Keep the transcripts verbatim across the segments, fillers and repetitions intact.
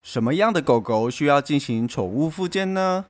什么样的狗狗需要进行宠物复健呢？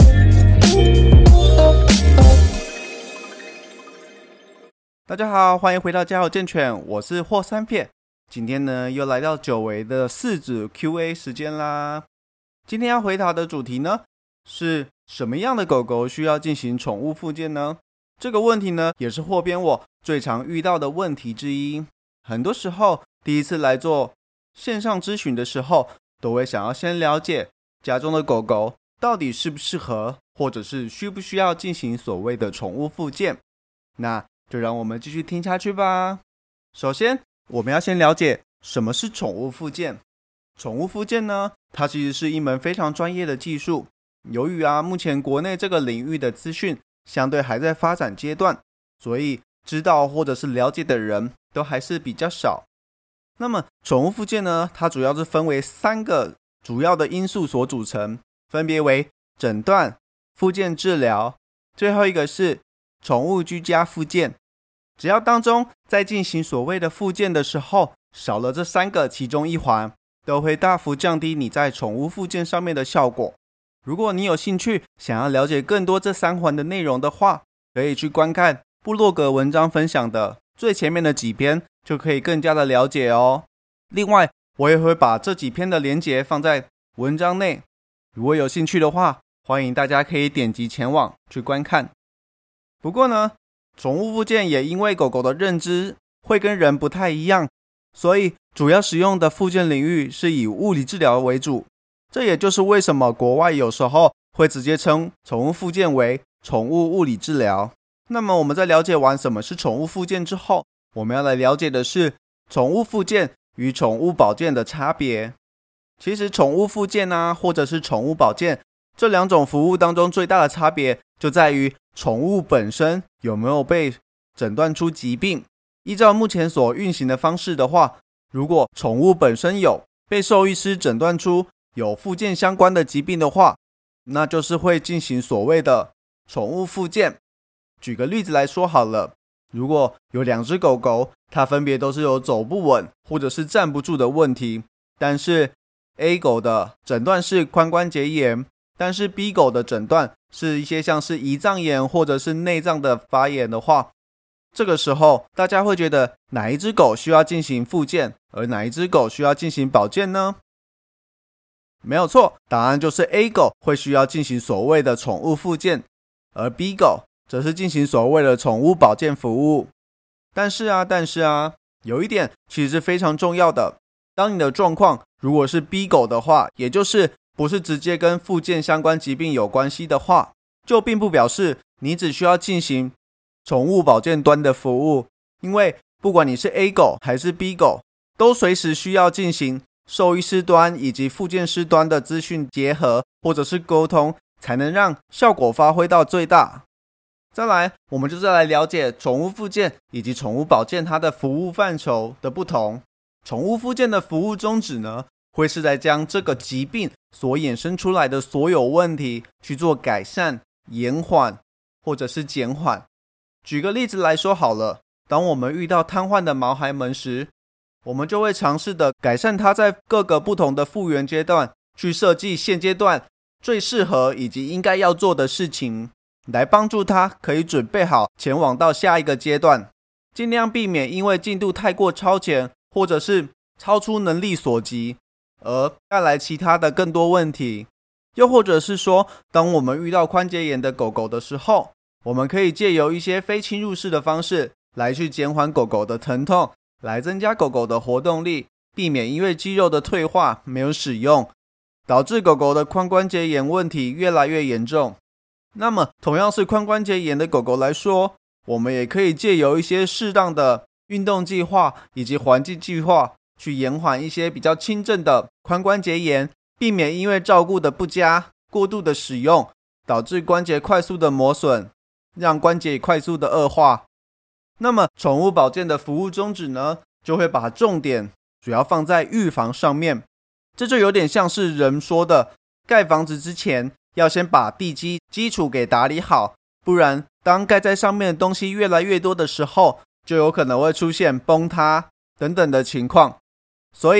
大家好，欢迎回到家有健犬，我是霍三片。今天呢，又来到久违的四组 Q A 时间啦。今天要回答的主题呢，是什么样的狗狗需要进行宠物复健呢？这个问题呢，也是霍编我最常遇到的问题之一。很多时候，第一次来做线上咨询的时候，都会想要先了解家中的狗狗到底适不适合，或者是需不需要进行所谓的宠物复健。那就让我们继续听下去吧。首先，我们要先了解什么是宠物复健。宠物复健呢，它其实是一门非常专业的技术。由于啊，目前国内这个领域的资讯相对还在发展阶段，所以知道或者是了解的人都还是比较少。那么宠物复健呢，它主要是分为三个主要的因素所组成，分别为诊断、复健治疗，最后一个是宠物居家复健。只要当中在进行所谓的复健的时候，少了这三个其中一环，都会大幅降低你在宠物复健上面的效果。如果你有兴趣想要了解更多这三环的内容的话，可以去观看部落格文章分享的最前面的几篇，就可以更加的了解哦。另外，我也会把这几篇的连结放在文章内，如果有兴趣的话，欢迎大家可以点击前往去观看。不过呢，宠物复健也因为狗狗的认知会跟人不太一样，所以主要使用的复健领域是以物理治疗为主。这也就是为什么国外有时候会直接称宠物复健为宠物物理治疗。那么我们在了解完什么是宠物复健之后，我们要来了解的是宠物复健与宠物保健的差别。其实宠物复健啊，或者是宠物保健这两种服务当中最大的差别就在于宠物本身有没有被诊断出疾病。依照目前所运行的方式的话，如果宠物本身有被兽医师诊断出有复健相关的疾病的话，那就是会进行所谓的宠物复健。举个例子来说好了，如果有两只狗狗，它分别都是有走不稳或者是站不住的问题，但是 A 狗的诊断是髋关节炎，但是 B 狗的诊断是一些像是胰脏炎或者是内脏的发炎的话，这个时候大家会觉得哪一只狗需要进行复健，而哪一只狗需要进行保健呢？没有错，答案就是 A 狗会需要进行所谓的宠物复健，而 B 狗则是进行所谓的宠物保健服务。但是啊，但是啊，有一点其实是非常重要的。当你的状况如果是 B 狗的话，也就是不是直接跟复健相关疾病有关系的话，就并不表示你只需要进行宠物保健端的服务。因为不管你是 A 狗还是 B 狗，都随时需要进行兽医师端以及复健师端的资讯结合或者是沟通，才能让效果发挥到最大。再来，我们就再来了解宠物复健以及宠物保健它的服务范畴的不同。宠物复健的服务宗旨呢，会是在将这个疾病所衍生出来的所有问题去做改善、延缓或者是减缓。举个例子来说好了，当我们遇到瘫痪的毛孩们时，我们就会尝试的改善它在各个不同的复原阶段，去设计现阶段最适合以及应该要做的事情，来帮助它可以准备好前往到下一个阶段，尽量避免因为进度太过超前或者是超出能力所及而带来其他的更多问题。又或者是说，当我们遇到关节炎的狗狗的时候，我们可以借由一些非侵入式的方式来去减缓狗狗的疼痛，来增加狗狗的活动力，避免因为肌肉的退化没有使用，导致狗狗的髋关节炎问题越来越严重。那么同样是髋关节炎的狗狗来说，我们也可以借由一些适当的运动计划以及环境计划，去延缓一些比较轻症的髋关节炎，避免因为照顾的不佳、过度的使用，导致关节快速的磨损，让关节快速的恶化。那么宠物保健的服务宗旨呢，就会把重点主要放在预防上面。这就有点像是人说的，盖房子之前要先把地基基础给打理好，不然当盖在上面的东西越来越多的时候，就有可能会出现崩塌等等的情况。所以啊，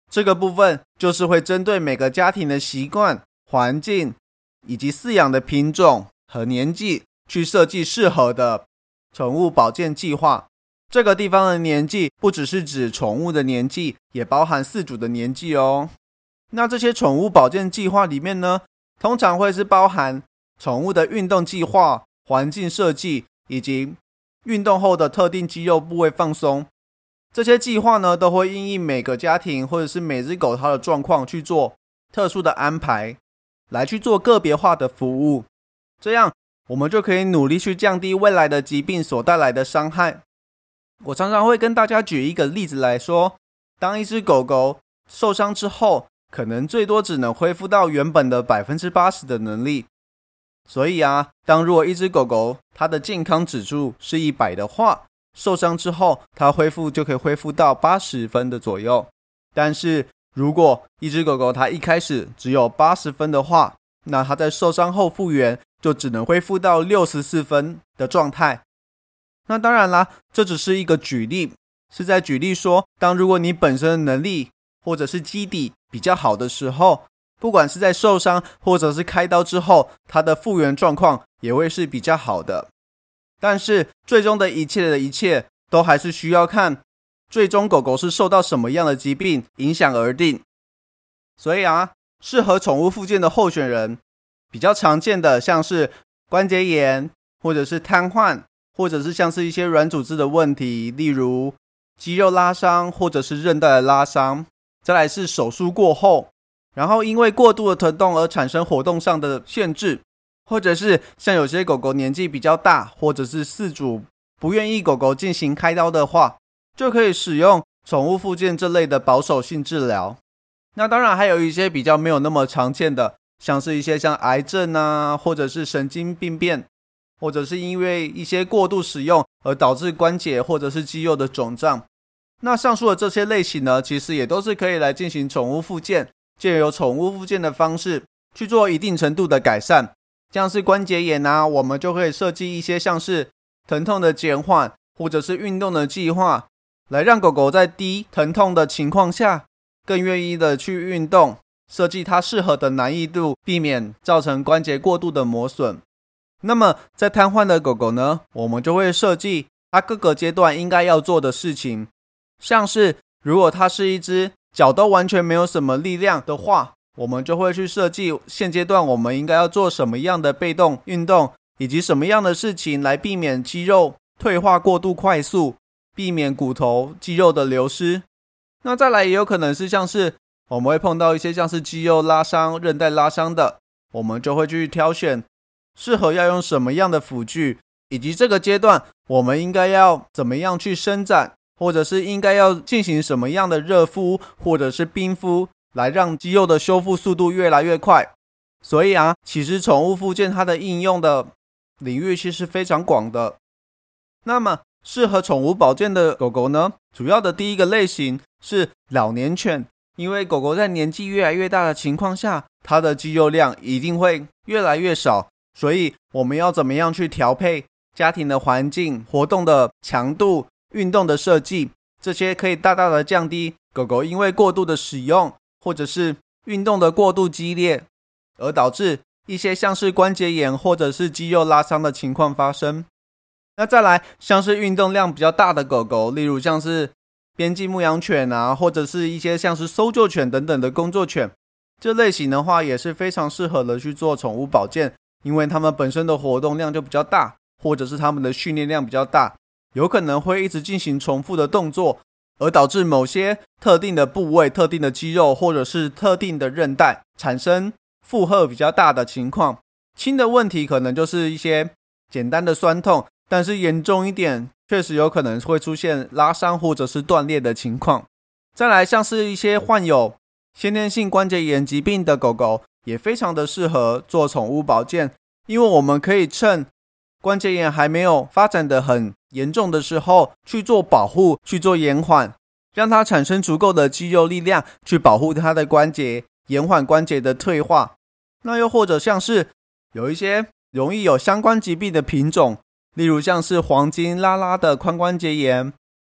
这个部分就是会针对每个家庭的习惯、环境以及饲养的品种和年纪去设计适合的宠物保健计划。这个地方的年纪不只是指宠物的年纪，也包含饲主的年纪哦。那这些宠物保健计划里面呢，通常会是包含宠物的运动计划、环境设计以及运动后的特定肌肉部位放松。这些计划呢，都会因应每个家庭或者是每只狗它的状况去做特殊的安排，来去做个别化的服务。这样我们就可以努力去降低未来的疾病所带来的伤害。我常常会跟大家举一个例子来说，当一只狗狗受伤之后，可能最多只能恢复到原本的 百分之八十 的能力。所以啊，当如果一只狗狗它的健康指数是一百的话，受伤之后它恢复就可以恢复到八十分的左右。但是如果一只狗狗它一开始只有八十分的话，那它在受伤后复原就只能恢复到六十四分的状态。那当然啦，这只是一个举例，是在举例说，当如果你本身的能力或者是基底比较好的时候，不管是在受伤或者是开刀之后，它的复原状况也会是比较好的。但是最终的一切的一切都还是需要看最终狗狗是受到什么样的疾病影响而定。所以啊，适合宠物复健的候选人比较常见的像是关节炎，或者是瘫痪，或者是像是一些软组织的问题，例如肌肉拉伤或者是韧带的拉伤。再来是手术过后，然后因为过度的疼痛而产生活动上的限制，或者是像有些狗狗年纪比较大，或者是饲主不愿意狗狗进行开刀的话，就可以使用宠物复健这类的保守性治疗。那当然还有一些比较没有那么常见的，像是一些像癌症啊，或者是神经病变，或者是因为一些过度使用而导致关节或者是肌肉的肿胀。那上述的这些类型呢，其实也都是可以来进行宠物复健，借由宠物复健的方式去做一定程度的改善。像是关节炎啊，我们就可以设计一些像是疼痛的减缓或者是运动的计划，来让狗狗在低疼痛的情况下更愿意的去运动，设计它适合的难易度，避免造成关节过度的磨损。那么在瘫痪的狗狗呢，我们就会设计它各个阶段应该要做的事情。像是如果它是一只脚都完全没有什么力量的话，我们就会去设计现阶段我们应该要做什么样的被动运动，以及什么样的事情来避免肌肉退化过度快速，避免骨头肌肉的流失。那再来也有可能是像是我们会碰到一些像是肌肉拉伤、韧带拉伤的，我们就会去挑选适合要用什么样的辅具，以及这个阶段我们应该要怎么样去伸展，或者是应该要进行什么样的热敷或者是冰敷，来让肌肉的修复速度越来越快。所以啊，其实宠物复健它的应用的领域其实非常广的。那么适合宠物保健的狗狗呢，主要的第一个类型是老年犬。因为狗狗在年纪越来越大的情况下，它的肌肉量一定会越来越少，所以我们要怎么样去调配家庭的环境、活动的强度、运动的设计，这些可以大大的降低狗狗因为过度的使用或者是运动的过度激烈而导致一些像是关节炎或者是肌肉拉伤的情况发生。那再来像是运动量比较大的狗狗，例如像是边境牧羊犬啊，或者是一些像是搜救犬等等的工作犬，这类型的话也是非常适合的去做宠物保健，因为它们本身的活动量就比较大，或者是它们的训练量比较大，有可能会一直进行重复的动作，而导致某些特定的部位、特定的肌肉或者是特定的韧带产生负荷比较大的情况。轻的问题可能就是一些简单的酸痛，但是严重一点确实有可能会出现拉伤或者是断裂的情况。再来像是一些患有先天性关节炎疾病的狗狗，也非常的适合做宠物保健，因为我们可以趁关节炎还没有发展的很严重的时候去做保护，去做延缓，让它产生足够的肌肉力量去保护它的关节，延缓关节的退化。那又或者像是有一些容易有相关疾病的品种，例如像是黄金拉拉的髋关节炎，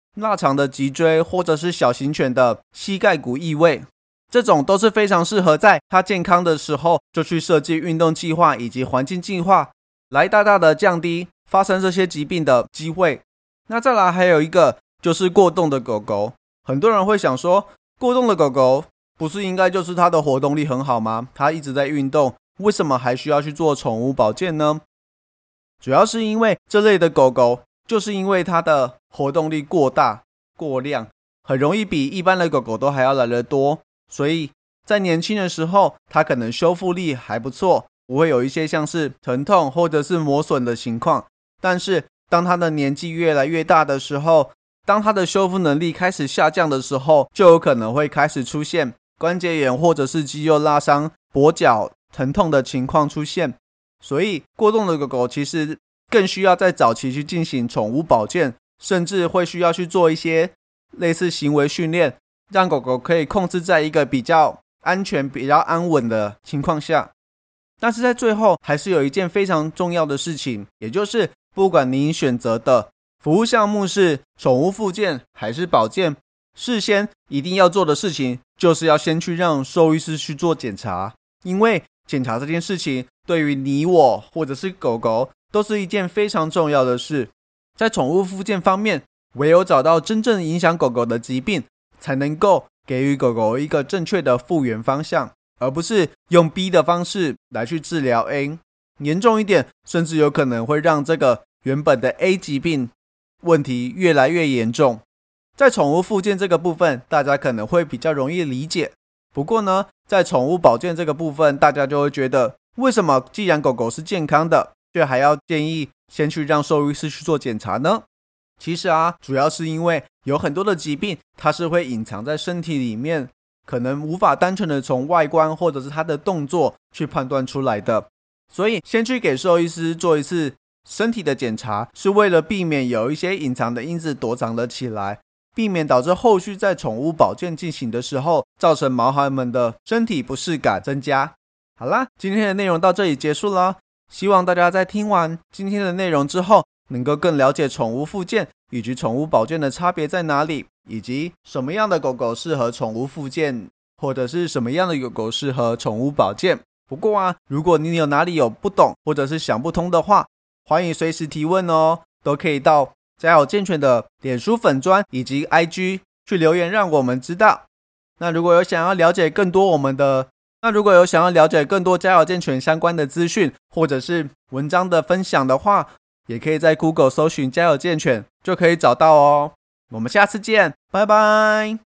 腊肠的脊椎，或者是小型犬的膝盖骨异位，这种都是非常适合在它健康的时候就去设计运动计划以及环境计划，来大大的降低发生这些疾病的机会。那再来还有一个就是过动的狗狗，很多人会想说，过动的狗狗不是应该就是它的活动力很好吗？它一直在运动，为什么还需要去做宠物保健呢？主要是因为这类的狗狗就是因为它的活动力过大过量，很容易比一般的狗狗都还要来得多，所以在年轻的时候它可能修复力还不错，不会有一些像是疼痛或者是磨损的情况。但是当它的年纪越来越大的时候，当它的修复能力开始下降的时候，就有可能会开始出现关节炎或者是肌肉拉伤、跛脚疼痛的情况出现。所以过动的狗狗其实更需要在早期去进行宠物保健，甚至会需要去做一些类似行为训练，让狗狗可以控制在一个比较安全、比较安稳的情况下。但是在最后还是有一件非常重要的事情，也就是不管您选择的服务项目是宠物复健还是保健，事先一定要做的事情就是要先去让兽医师去做检查，因为检查这件事情对于你我或者是狗狗都是一件非常重要的事。在宠物复健方面，唯有找到真正影响狗狗的疾病，才能够给予狗狗一个正确的复原方向，而不是用 B 的方式来去治疗 A， 严重一点甚至有可能会让这个原本的 A 疾病问题越来越严重。在宠物复健这个部分，大家可能会比较容易理解，不过呢，在宠物保健这个部分，大家就会觉得，为什么既然狗狗是健康的，却还要建议先去让兽医师去做检查呢？其实啊，主要是因为有很多的疾病，它是会隐藏在身体里面，可能无法单纯的从外观或者是它的动作去判断出来的。所以先去给兽医师做一次身体的检查，是为了避免有一些隐藏的因子躲藏了起来，避免导致后续在宠物保健进行的时候，造成毛孩们的身体不适感增加。好啦，今天的内容到这里结束了，希望大家在听完今天的内容之后，能够更了解宠物复健以及宠物保健的差别在哪里，以及什么样的狗狗适合宠物复健，或者是什么样的狗狗适合宠物保健。不过啊，如果你有哪里有不懂或者是想不通的话，欢迎随时提问哦，都可以到家有健犬的脸书粉专以及 I G 去留言让我们知道。那如果有想要了解更多我们的那如果有想要了解更多家有健犬相关的资讯或者是文章的分享的话，也可以在 Google 搜寻家有健犬就可以找到哦。我们下次见，拜拜。